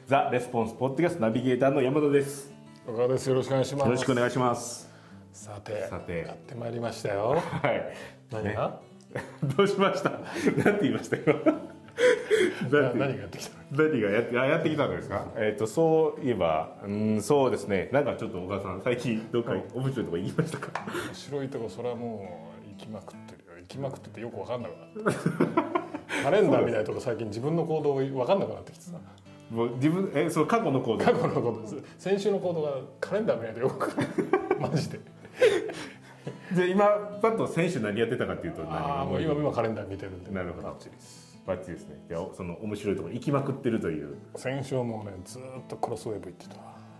ザ・レスポンスポッドキャストナビゲーターの山田です。 小川です。よろしくお願いします。 よろしくお願いします。 さてやってまいりましたはよ。 い。 何が、 どうしました。なんて言いましたよ。 何がやってきたの。 何がやってきたんですか。そういえば、そうですね。なんかちょっと小川さん最近どっか面白いとこ行きましたか。 面白いとこ、それはもう行きまくってるよ。行きまくっててよく分かんなくなってカレンダー見ないとか最近自分の行動分かんなくなってきてさ。 もう自分その過去の行動。 過去の行動です。先週の行動がカレンダー見ないとよく分かんないマジで。 じゃあ今パッと先週何やってたかっていうともう今カレンダー見てるんで。 なるほど。 バッチリです。 バッチリですね。じゃあその面白いところ行きまくってるという。 先週はもうねずっとクロスウェーブ行って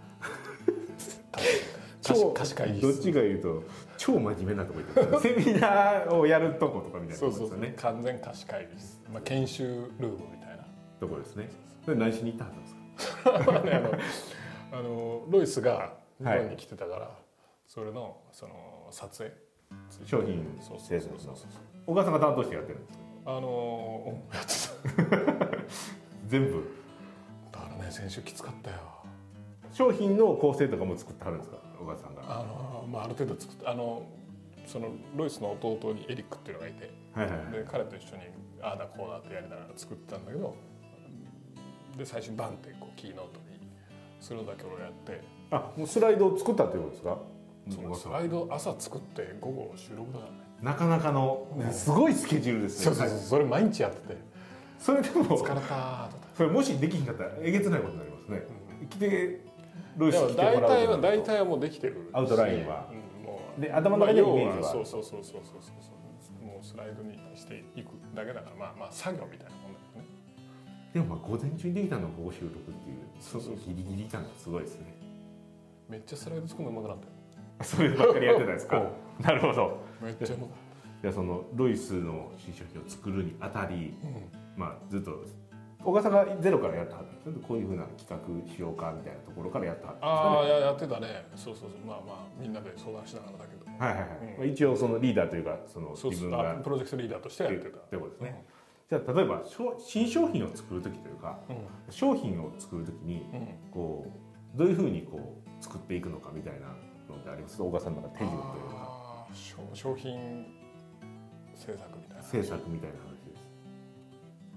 た。貸し会議室。 どっちか言うと超真面目なとこ行ってる。セミナーをやるとことかみたいなとこですよね。 完全貸し会議室、研修ルームみたいなとこですね。それ何しに行ったはずですか。 ロイスが日本に来てたから、それのその撮影商品制作の小川さんが担当してやってるんですか。 やってた全部だからね。先週きつかったよ。 商品の構成とかも作ってはるんですか、小川さんが。 ある程度作って、そのロイスの弟にエリックっていうのがいて、で彼と一緒にああだこうだってやりながら作ってたんだけど、で最初にバンってこうキーノートにするだけ俺やって。 もうスライドを作ったってことですか。 そのスライド朝作って午後収録だからね。 なかなかのすごいスケジュールですね。 そうそれ毎日やってて、 それでも疲れたとか。 それもしできひんかったらえげつないことになりますね。来てロイス来てもらう。 大体はもうできてる。 アウトラインはもうで頭の中にイメージは。 そうもうスライドにしていくだけだから、まあ作業みたいなもんだけどね。 でも午前中にできたのが午後収録っていう、そうギリギリ感がすごいですね。 めっちゃスライド作るのうまくなったよ。 そればっかりやってたんですか。なるほど。 めっちゃうまかった。 じゃあそのロイスの新商品を作るにあたり、ずっと小川さんがゼロからやったはずです。こういうふうな企画しようかみたいなところからやったはずですかね。 やってたね。そうみんなで相談しながらだけど。 一応そのリーダーというかその自分がプロジェクトリーダーとしてやってたってことですね。じゃあ例えば新商品を作る時というか、商品を作る時にこうどういうふうにこう作っていくのかみたいなのってあります。小川さんの手順というか。 商品制作みたいな。 制作みたいな話です。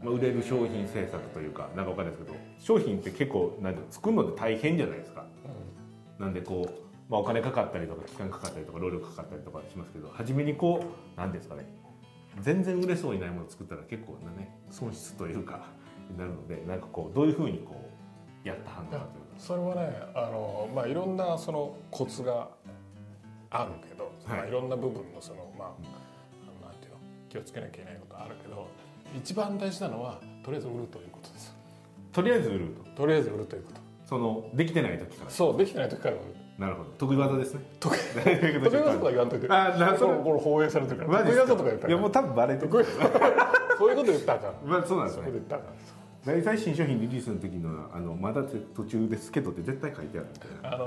売れる商品制作というかなんかわかんないですけど、商品って結構作るのって大変じゃないですか。なんでこう、お金かかったりとか期間かかったりとか労力かかったりとかしますけど、初めにこうなんですかね、全然売れそうにないものを作ったら結構なね損失というかになるので、なんかこうどういうふうにこうやったはんだかというか。 それはね、いろんなそのコツがあるけど、いろんな部分のそのなんていうの、気をつけなきゃいけないことあるけど、一番大事なのはとりあえず売るということです。 とりあえず売るとりあえず売るということ。 そのできてない時から。 そう、できてない時から売る。 なるほど。得意技ですね。 得意技とか言わんといて。これ放映されてるから。得意技とか言ったら。 いやもう多分バレてる。 そういうこと言ったから。 そうなんですね。大体新商品リリースの時のまだ途中ですけどって絶対書いてあるみたいな。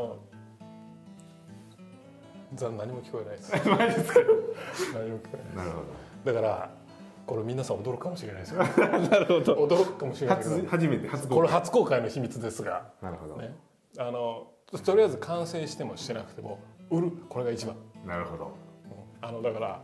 何も聞こえないです。 マジですか。 何も聞こえない。 なるほど。だからこれ皆さん驚くかもしれないですよ。なるほど。 驚くかもしれないけど。 初めてこれ初公開の秘密ですが。 なるほど。 ね、とりあえず完成してもしてなくても売る、これが一番。 なるほど。 だから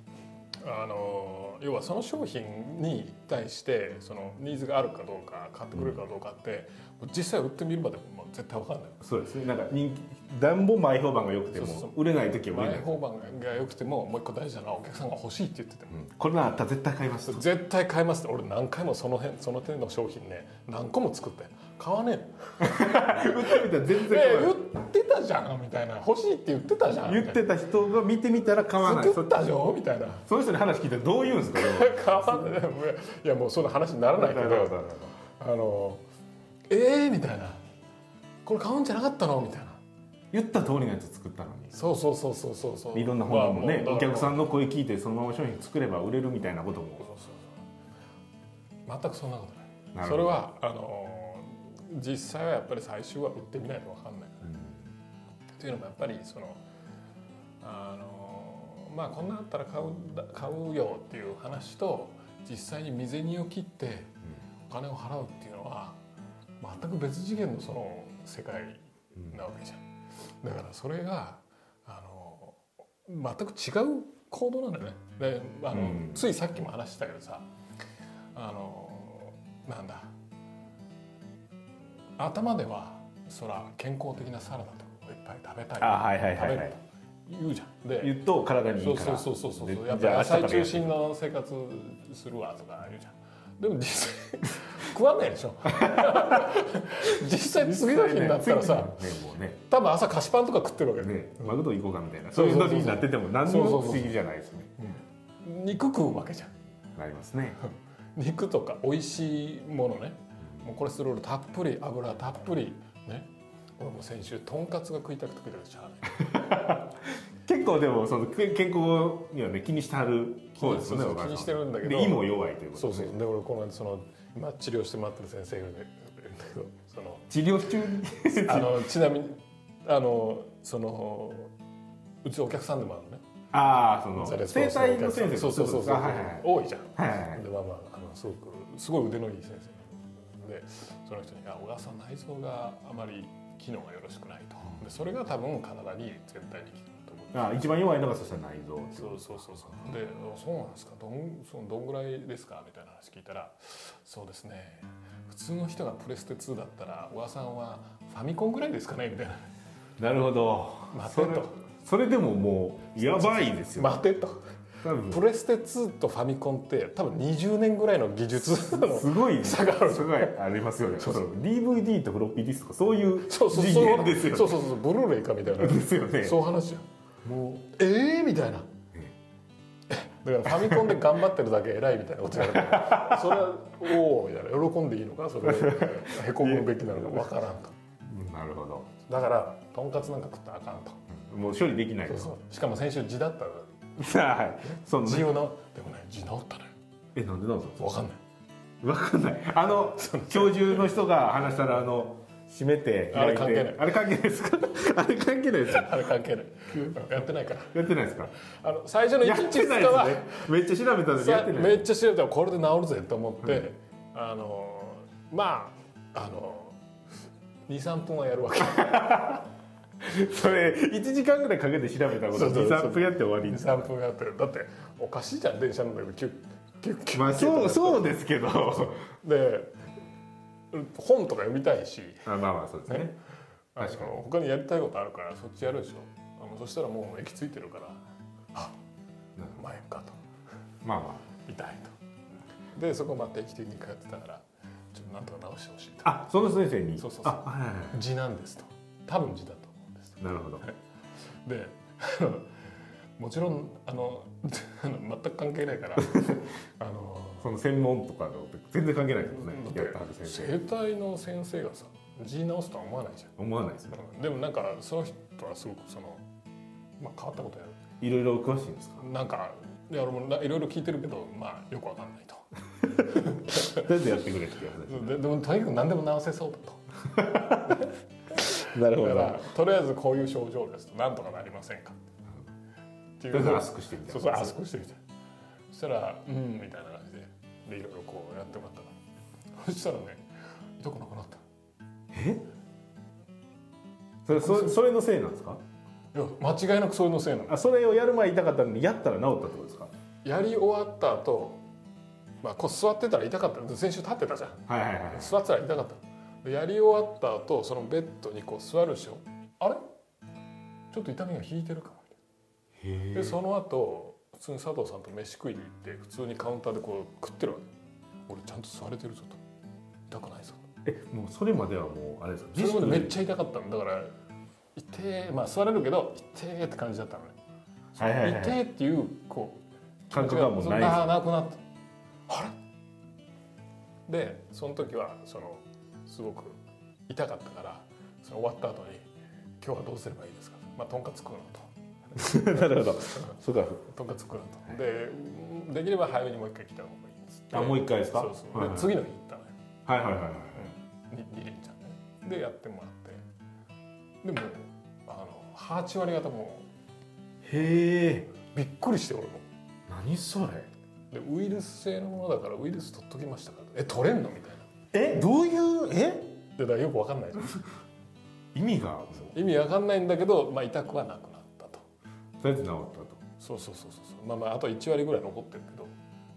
要はその商品に対してそのニーズがあるかどうか買ってくれるかどうかって、実際売ってみるまでも絶対分かんない。 そうですね。なんかなんぼ前評判が良くても売れない時は売れない。 前評判が良くてももう一個大事なのはお客さんが欲しいって言ってても、 これならあったら絶対買います。 絶対買いますって。俺何回もその点の商品ね何個も作って買わねえ売ってみたら全然買わない。 言ってたじゃんみたいな、欲しいって言ってたじゃん、 言ってた人が見てみたら買わない。 作ったじゃんみたいな。 その人に話聞いたらどう言うんですか。 買わない。いやもうそんな話にならないけど、みたいな、これ買うんじゃなかったのみたいな。 言った通りのやつ作ったのに。 そういろんな本でもね、お客さんの声聞いてそのまま商品作れば売れるみたいなことも。 全くそんなことない。それは実際はやっぱり最終は売ってみないと分かんない。というのもやっぱりそのこんなあったら買うよっていう話と、実際に身銭を切ってお金を払うっていうのは全く別次元のその世界なわけじゃん。だからそれが全く違う行動なんだよね。でついさっきも話したけどさなんだ頭ではそら健康的なサラダとかをいっぱい食べたい、食べると言うじゃん。で言うと体にいいから、 そうやっぱり野菜中心の生活するわとか言うじゃん。でも実際食わないでしょ実際次の日になったらさ、多分朝菓子パンとか食ってるわけね。 マクド行こうかみたいな、そういう時になってても何にも不思議じゃないですね。 肉食うわけじゃん。 なりますね。 肉とか美味しいものね、もうコレステロールたっぷり、油たっぷりね。俺も先週とんかつが食いたくて食いたくてしゃあない結構でもその健康にはね気にしてはる方ですよね。 気にしてるんだけど、 胃も弱いということで。 そうで俺この間その今治療してもらってる先生がいるんだけど、その治療中にちなみにそのうちお客さんでもあるのね。 その整体の先生、 そう多いじゃん。ですごい腕のいい先生で、その人に小川さん内臓があまり機能がよろしくないと。でそれが多分体に全体に効くと思う。 一番弱いのがそしたら内臓。 そうで、そうなんですか、どんぐらいですかみたいな話聞いたら、そうですね、普通の人がプレステ2だったら小川さんはファミコンぐらいですかねみたいな。 なるほど。 待てと。 それでももうやばいですよ。 待てと。プレステ2とファミコンって多分20年ぐらいの技術のすごい差がある。 すごいありますよね。DVD とフロッピーディスクとかそういう次元ですよね。 そうブルーレイかみたいな。 ですよね。 そう話じゃん。もうみたいな。だからファミコンで頑張ってるだけ偉いみたいなこと言われて、それはおおみたいな、喜んでいいのかそれへこむべきなのかわからんと。 なるほど。 だからとんかつなんか食ったらあかんと。 もう処理できない。 しかも先週痔だったら。 はい。 痔をでもね痔治ったね。 なんでなんですか。 わかんない。 教授の人が話したら閉めてあれ関係ない。 あれ関係ないですか。あれ関係ないです。 あれ関係ない。やってないから。 やってないですか。 最初の1日2日はめっちゃ調べたんです。やってない。 めっちゃ調べたらこれで治るぜと思って、まあ2,3 分はやるわけ。 それ1時間ぐらいかけて調べたこと 2,3 分やって終わり。 2,3 分やってる。だっておかしいじゃん、電車の中でキュッキュッキュッ。 まあそうですけど。 で本とか読みたいし。 まあそうですね。確かに他にやりたいことあるからそっちやるでしょ。そしたらもう駅着いてるから、前かと。 まあ痛いと。でそこ定期的に通ってたからちょっとなんとか直してほしいと。 その先生に。 そう痔なんですと。多分痔だと思うんです。 なるほど。 でもちろん全く関係ないからその専門とかの全然関係ないですね。 整体の先生がさ痔治すとは思わないじゃん。 思わないですね。 でもなんかその人はすごく変わったことやる。 いろいろ詳しいんですか。 なんか俺もいろいろ聞いてるけどよくわかんないと。 なんでやってくれって話。 でもとにかく何でも治せそうだと。 なるほど。 だからとりあえずこういう症状ですとなんとかなりませんかっていうのをアスクしてみたい。 そうアスクしてみたい。そしたらみたいな感じでいろいろこうやってもらったの。そしたらね痛くなくなった。 それのせいなんですか。 いや間違いなくそれのせいなの。 それをやる前痛かったのにやったら治ったってことですか。 やり終わった後、こう座ってたら痛かった。先週立ってたじゃん。座ってたら痛かった。やり終わった後そのベッドにこう座るでしょ。あれちょっと痛みが引いてるかも。でその後普通に佐藤さんと飯食いに行って普通にカウンターでこう食ってるわけ。俺ちゃんと座れてるぞと。痛くないぞ。 もうそれまではもうあれですか。 それまでめっちゃ痛かったのだから痛え、座れるけど痛えって感じだったのね。痛えっていうこう感覚がもうない。 なくなった。あれでその時はすごく痛かったから終わった後に今日はどうすればいいですか。とんかつ食うのと。 なるほど。そうか。 とんかつ食うのと。できれば早めにもう一回来た方がいいんです。 もう一回ですか。 そうで次の日行ったのよ。2連チャンでやってもらってでも8割方もびっくりして俺も何それでウイルス性のものだからウイルス取っときましたから取れんのみたいなどういうだからよく分かんないじゃん意味分かんないんだけど、まあ、痛くはなくなったと。 それで治ったと。 そうまあまああと1割ぐらい残ってるけど。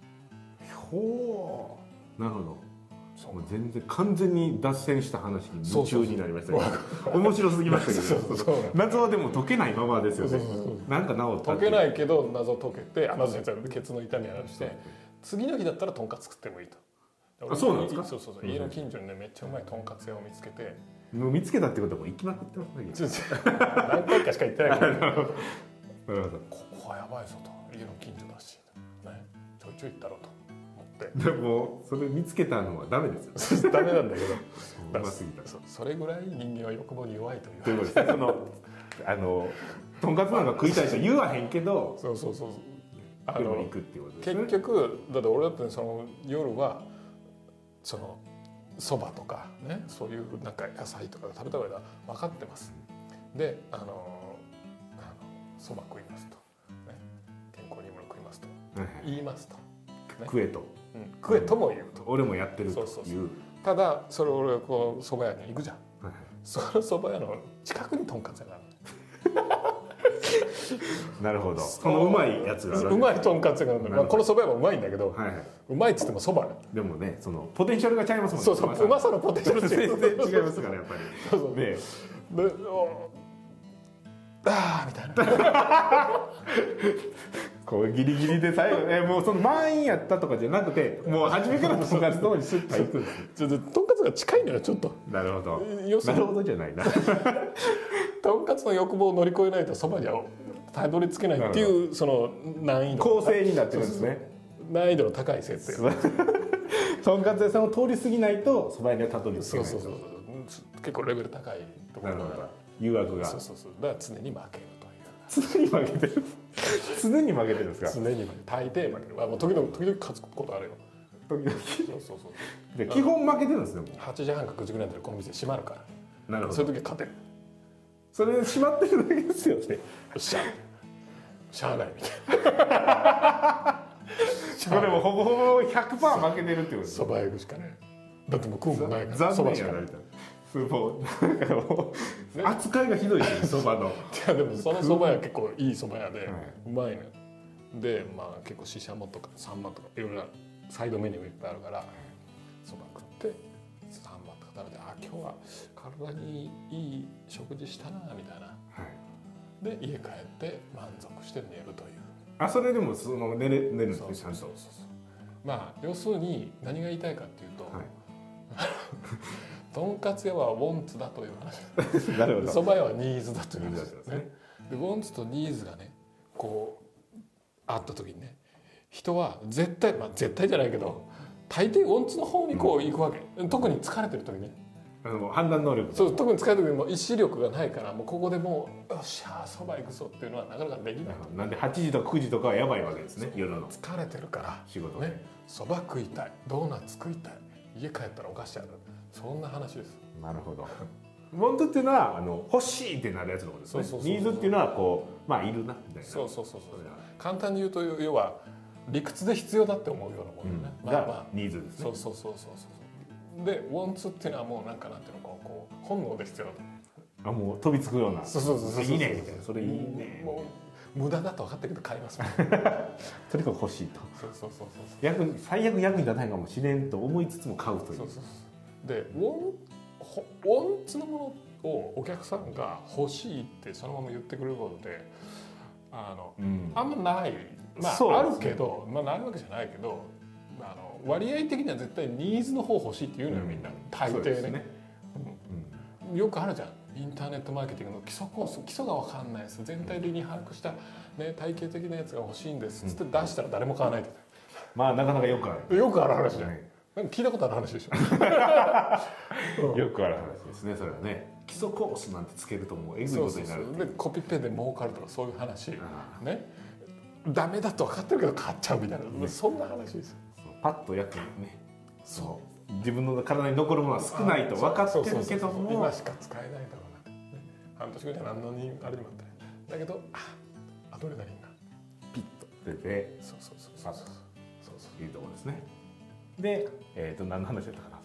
ほう、なるほど。もう全然完全に脱線した話に夢中になりましたけど、面白すぎましたけど謎はでも解けないままですよね。なんか治った解けないけど謎解けて、謎先生ケツの痛みをして次の日だったらとんかつ作ってもいいと。 あ、そうなんですか。 そう家の近所にねめっちゃうまいとんかつ屋を見つけて、 もう見つけたってことはもう行きまくってますね。 何回かしか行ってないけどなるほど。 ここはやばいぞと、家の近所だし、ね、ちょいちょい行ったろうと思って。 でもそれ見つけたのはダメですよ。 ダメなんだけどうますぎた。 それぐらい人間は欲望に弱いという。 ということですね。とんかつなんか食いたいと言わへんけど、 そうでも行くっていうことですね。 結局だって俺だってその夜はそのそばとかね、そういうなんか野菜とか食べた方がいいのは分かってます。でそば食いますと、ね、健康にいいもの食いますと言いますと、ね、 食えと、 食えとも言うと。 俺もやってるという。 ただそれ俺こうそば屋に行くじゃん、そのそば屋の近くにとんかつ屋がある。 なるほど。そのうまいやつがある。 うまいとんかつ屋があるんだ。まあこのそば屋もうまいんだけど、うまいっつってもそばでもね、そのポテンシャルが違いますもんね。 そううまさのポテンシャル全然違いますからやっぱり。 そうね、 ああみたいな。 こうギリギリで最後もうその満員やったとかじゃなくて、もう初めからとんかつ通りスッと行くんですよ。 とんかつが近いのよちょっと。 なるほど。なるほどじゃないな。 とんかつの欲望を乗り越えないとそばにはたどり着けないっていうその難易度構成になってるんですね。 難易度の高い設定。 とんかつ屋さんを通り過ぎないとそばにはたどり着けない。 そう結構レベル高いところだから。 誘惑が。 だから常に負けるという。 常に負けてる。常に負けてるんですか。 常に負ける。大抵負ける。もう時々勝つことあるよ。 時々。 そうで基本負けてるんですよ。 8時半か9時ぐらいでこの店閉まるから。 なるほど。 そういう時勝てる。 それ閉まってるだけですよね。 しゃあないみたいな。 これもほぼほぼ 100% 負けてるってことです。 そば屋行くしかね。だってもう食うもないから。 残念やなみたいな。扱いがひどいですね、そばの。 いやでもそのそば屋結構いいそば屋でうまいね。でまあ結構ししゃもとかサンマとかいろいろサイドメニューがいっぱいあるからそば食ってサンマとか食べて、あ今日は体にいい食事したなみたいな。で家帰って満足して寝るという。 あ、それでもその寝るんですね、ちゃんと。 まあ要するに何が言いたいかっていうと、とんかつ屋はウォンツだという話。 なるほど。 そば屋はニーズだという話ですね。 でウォンツとニーズがねこうあった時にね、人は絶対絶対じゃないけど大抵ウォンツの方にこう行くわけ。特に疲れてる時ね。 判断能力。 そう、特に疲れてる時も意志力がないからもうここでもうよっしゃそば行くぞっていうのはなかなかできない。 なんで8時とか9時とかはやばいわけですね、夜の。 疲れてるから仕事ね。そば食いたい、ドーナツ食いたい、家帰ったらお菓子ある、そんな話です。 なるほど。ウォントっていうのは欲しいってなるやつのことですね。ニーズっていうのはこういるなみたいな。 そう簡単に言うと要は理屈で必要だって思うようなものね。 がニーズですね。 そうでウォンツっていうのはもうなんかなんていうのかこう本能で必要だと。 もう飛びつくような。 そういいねみたいな。それいいね。 もう無駄だと分かってるけど買います。 とにかく欲しいと。 そう最悪役に立たないかもしれんと思いつつも買うという。 でウォンツのものをお客さんが欲しいってそのまま言ってくれることであんまない。あるけどないわけじゃないけど割合的には絶対ニーズの方欲しいって言うのよみんな大抵ね。よくあるじゃん。インターネットマーケティングの基礎コース、基礎が分かんないです、全体的に把握した、ね、体系的なやつが欲しいんですって出したら誰も買わないって。 なかなかよくある話じゃない。聞いたことある話でしょ。 よくある話ですね、それはね。基礎コースなんてつけるともうえぐいことになる。 でコピペで儲かるとかそういう話ね。ダメだと分かってるけど買っちゃうみたいな、そんな話ですよ。 パッと役にね、そう自分の体に残るものは少ないと分かってるけども、 今しか使えないだろうな、半年後には何のあれにもなってないだけどアドレナリンがピッと出て、 そうパッというところですね。で、何の話だったかな。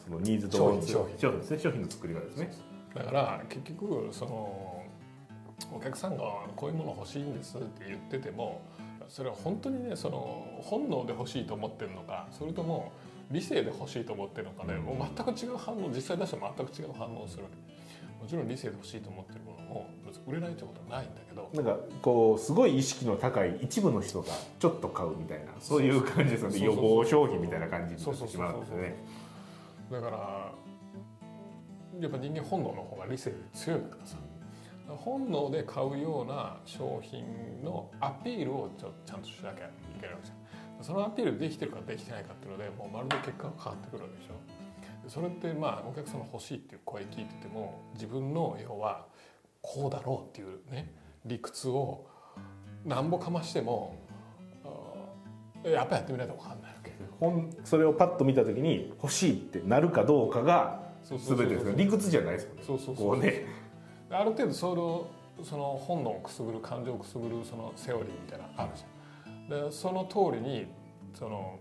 そのニーズと商品ですね、商品の作りがですね。 だから結局そのお客さんがこういうもの欲しいんですって言ってても、それは本当にねその本能で欲しいと思ってるのか、それとも理性で欲しいと思ってるのかで、もう全く違う反応、実際出しても全く違う反応をするわけ。もちろん理性で欲しいと思ってるものも売れないということはないんだけど、 なんかこうすごい意識の高い一部の人がちょっと買うみたいな、そういう感じですよね。予防商品みたいな感じになってしまうんですよね。 だからやっぱ人間本能の方が理性より強いからさ、本能で買うような商品のアピールをちゃんとしなきゃいけないわけじゃん。そのアピールできてるかできてないかっていうので、もうまるで結果が変わってくるわけでしょ。それってまあお客さんの欲しいっていう声聞いてても、自分の要はこうだろうっていうね理屈をなんぼかましてもやっぱやってみないと分かんないわけ。 それをパッと見た時に欲しいってなるかどうかが全てですから、理屈じゃないですよね。こうね、 ある程度その本能をくすぐる、感情をくすぐるそのセオリーみたいなのあるじゃん。でその通りにその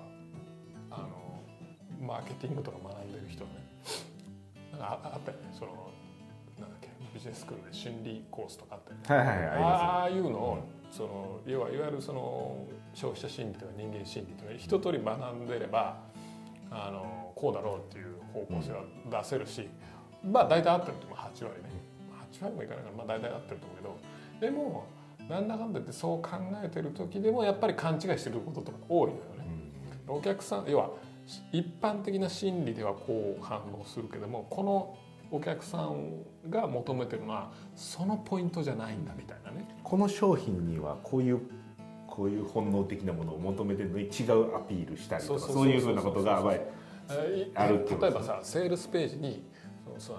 マーケティングとか学んでる人ね、あったよね、そのなんだっけ、ビジネススクールで心理コースとかあったよね。ああいうのをそのいわゆるその消費者心理とか人間心理とか一通り学んでればこうだろうっていう方向性は出せるし、まあ大体合ってると思う。8割ね、8割もいかないからまあ大体合ってると思うけど、でもなんだかんだ言ってそう考えてる時でもやっぱり勘違いしてることとか多いのよね。お客さん要は一般的な心理ではこう反応するけども、このお客さんが求めてるのはそのポイントじゃないんだみたいなね。 この商品にはこういう本能的なものを求めてるのに違うアピールしたりとか、そういうふうなことがあるってことですね。 例えばさ、セールスページにその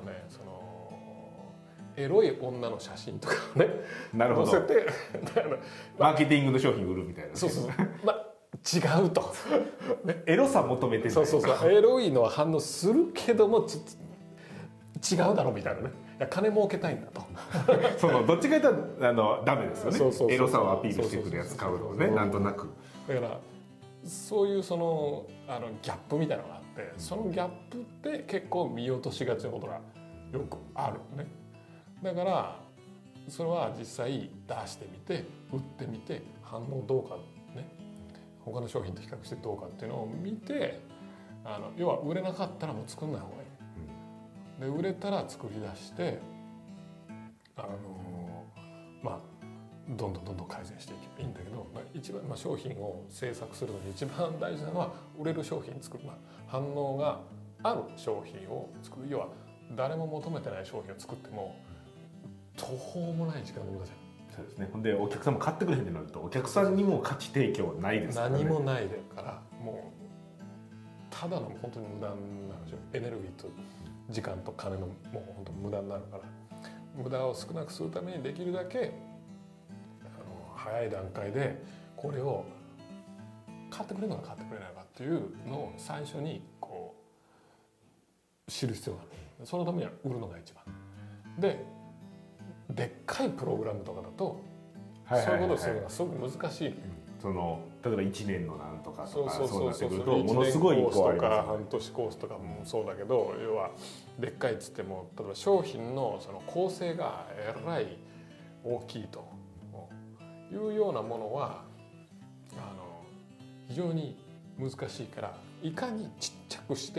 エロい女の写真とかをね載せてマーケティングの商品売るみたいな。 そうまあ違うとエロさ求めてる。 そうエロいのは反応するけども違うだろみたいなね。いや金儲けたいんだとどっちかというとダメですよね。エロさをアピールしてくるやつ買うのね、なんとなく。 だからそういうそのギャップみたいなのがあって、そのギャップって結構見落としがちなことがよくあるね。だからそれは実際出してみて売ってみて反応どうかね、他の商品と比較してどうかっていうのを見て、要は売れなかったらもう作んない方がいい。で売れたら作り出してどんどん改善していけばいいんだけど、一番、商品を制作するのに一番大事なのは売れる商品作る、反応がある商品を作る。要は誰も求めてない商品を作っても途方もない時間の無駄じゃん。 そうですね。ほんでお客さんも買ってくれへんってなると、お客さんにも価値提供ないですからね。 何もないでからもうただの本当に無駄なんでしょ。エネルギーと時間と金のもう本当に無駄になるから、無駄を少なくするためにできるだけ早い段階でこれを買ってくれるのか買ってくれないのかっていうのを最初にこう知る必要がある。そのためには売るのが一番でっかいプログラムとかだとそういうことをするのがすごく難しい。 例えば1年のなんとかとかそうなってくるとものすごい 1年コースとか半年コースとかもそうだけど、要はでっかいっつっても例えば商品のその構成がえらい大きいというようなものは非常に難しいから、いかにちっちゃくして、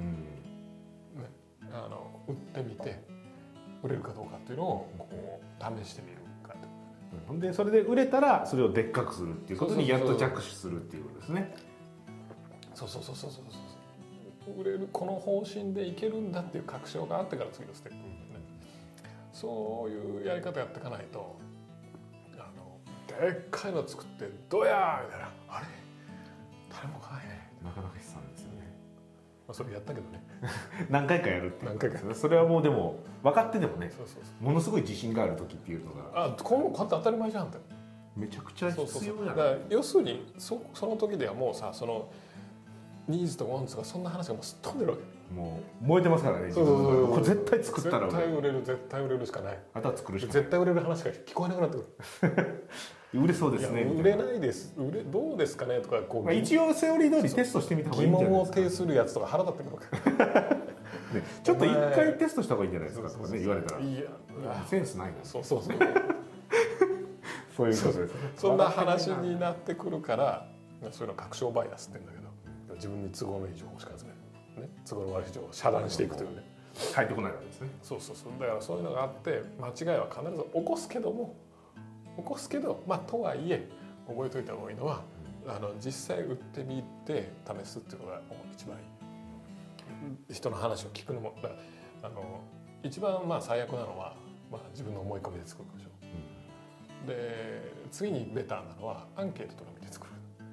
売ってみて売れるかどうかっていうのをこう試してみるかと。 でそれで売れたらそれをでっかくするっていうことにやっと着手するっていうことですね。 そう売れるこの方針でいけるんだっていう確証があってから次のステップ、そういうやり方やっていかないとでっかいの作ってどやーみたいな、あれ誰も買えない、 なかなか悲惨ですよね。 それやったけどね何回かやるっていう何回かそれはもうでも分かっててもね、ものすごい自信がある時っていうのがこうやって当たり前じゃんってめちゃくちゃ必要だから要するにその時ではもうさ、そのニーズとワンツがそんな話がもうすっ飛んでるわけ。 もう燃えてますからね。これ絶対作ったら絶対売れる、絶対売れるしかない。 あとは作るしかない。 絶対売れる話が聞こえなくなってくる。 売れそうですね。 売れないです。どうですかねとかこう、 一応セオリー通りテストしてみた方がいいんじゃないですか。 疑問を呈するやつとか腹立ってくるわけ。 ね、ちょっと一回テストした方がいいんじゃないですかとかね言われたら、いやセンスないな。 そうそうそう。 そういうことですね。 そんな話になってくるから、そういうの確証バイアスって言うんだけど、自分に都合のいい情報しか集める、ね、都合の悪い情報を遮断していくというね。 入ってこないわけですね。 そうそうそう。だからそういうのがあって間違いは必ず起こすけど、まあとはいえ覚えておいた方がいいのは、実際売ってみて試すっていうのが一番いい。人の話を聞くのもだから一番まあ最悪なのは、まあ、自分の思い込みで作るでしょ、で次にベターなのはアンケートとか見て作る。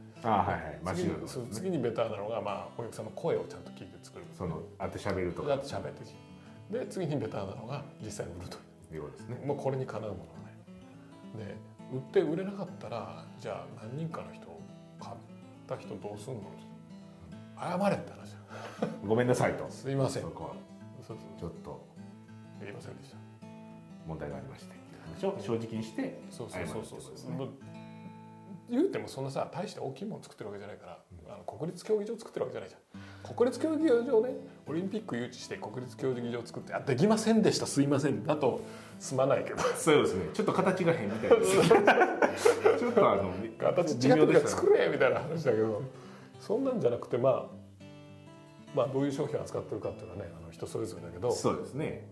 次にベターなのが、まあ、お客さんの声をちゃんと聞いて作る。 あと喋るとか。 で次にベターなのが実際に売るということですね。もうこれにかなうものはない。で売って売れなかったらじゃあ何人かの人買った人どうすんの？謝れって話。 ごめんなさいと。 すいません。 ちょっとできませんでした。 問題がありまして。正直にして謝る。 言うてもそんなさ大して大きいもの作ってるわけじゃないから、国立競技場作ってるわけじゃないじゃん。国立競技場ね、オリンピック誘致して国立競技場作ってできませんでしたすいませんだとすまないけど。 そうですね。ちょっと形が変みたいです。ちょっと形違ってるから作れみたいな話だけど、そんなんじゃなくてまあどういう商品を扱ってるかっていうのはね人それぞれだけど、 そうですね。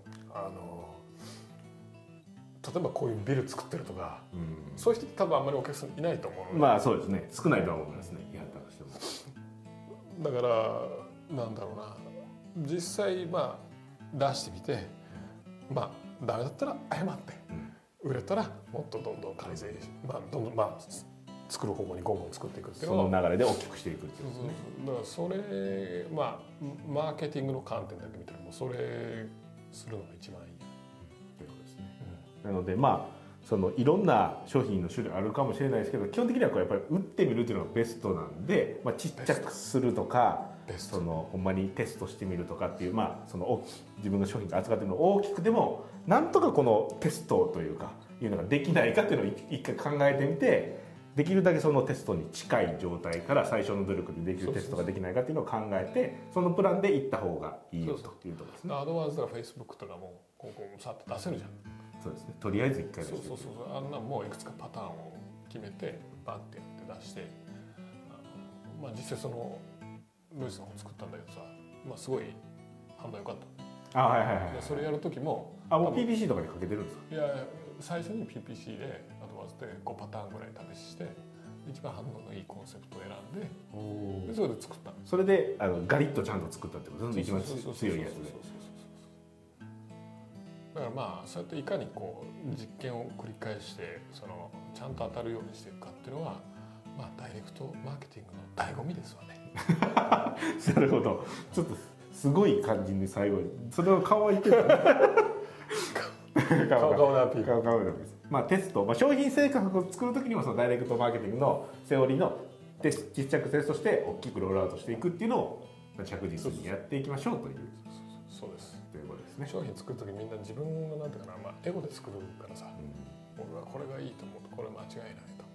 例えばこういうビル作ってるとか、そういう人って多分あんまりお客さんいないと思うので、 まあそうですね、少ないとは思いますね、やったとしても。 だからなんだろうな、実際まあ出してみて、まあダメだったら謝って、売れたらもっとどんどん改善し、どんどん作る方向にゴンゴン作っていくっていうのをその流れで大きくしていくっていうことですね。 だからそれマーケティングの観点だけ見たらもうそれするのが一番いい。 なのでいろんな商品の種類あるかもしれないですけど、基本的にはやっぱり売ってみるっていうのがベストなんで、ちっちゃくするとかほんまにテストしてみるとかっていう、自分の商品が扱っているのを大きくでもなんとかこのテストというかいうのができないかっていうのを一回考えてみて、できるだけそのテストに近い状態から最初の努力でできるテストができないかっていうのを考えて、そのプランでいった方がいいよというところですね。 アドワーズとかフェイスブックとかもこうさっと出せるじゃん。 そうですね、とりあえず1回出して、 そうあんなもういくつかパターンを決めてバンってやって出して、実際そのロイスの方作ったんだけどさ、すごい反応良かった。それやる時ももう PPC とかにかけてるんですか？ いや最初に PPC でアドワーズで5パターンぐらい試して一番反応のいいコンセプトを選んで、それで作った。 それでガリッとちゃんと作ったってことですね。一番強いやつで。 だからそうやっていかにこう実験を繰り返してちゃんと当たるようにしていくかっていうのは、ダイレクトマーケティングの醍醐味ですわね。 なるほど。ちょっとすごい感じに最後にそれを顔は言ってたね。 顔のアピール。 顔のアピールです。テスト、商品性格を作る時にもそのダイレクトマーケティングのセオリーのちっちゃくテストして大きくロールアウトしていくっていうのを着実にやっていきましょうという。 そうです。 ということですね。 商品作る時みんな自分のなんていうかな、エゴで作るからさ、俺はこれがいいと思うとこれ間違いない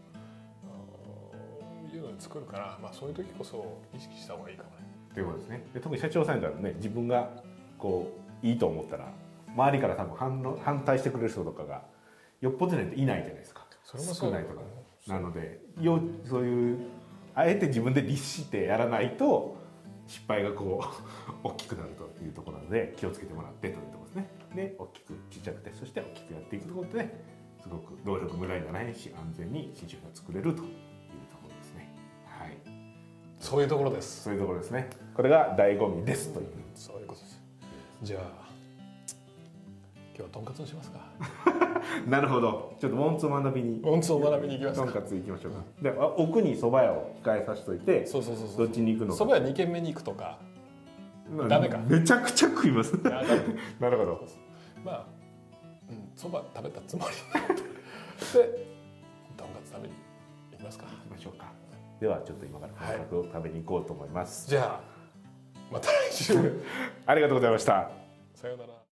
というので作るから、そういう時こそ意識した方がいいかもね。 ということですね。で特に社長さんだとね、自分がこういいと思ったら周りから多分反対してくれる人とかがよっぽどじゃないといないじゃないですか。 それもそう少ないとか。なのでそういうあえて自分で律してやらないと失敗がこう大きくなるというところなので気をつけてもらってというところですね。で大きくちっちゃくテストして大きくやっていくということですごく労力無駄にならないし安全に新商品が作れるというところですね。はい。 そういうところです。 そういうところですね。これが醍醐味ですという。 そういうことです。じゃあ今日はとんかつにしますか。 なるほど。ちょっとモンツを学びに行きますか。 とんかつ行きましょうか。で奥に蕎麦屋を控えさせといて、どっちに行くのか。 蕎麦屋2軒目に行くとか。ダメか。 めちゃくちゃ食います。なるほど。 蕎麦食べたつもりでとんかつ食べに行きますか。 行きましょうか。ではちょっと今からとんかつを食べに行こうと思います。 じゃあまた来週ありがとうございました。 さようなら。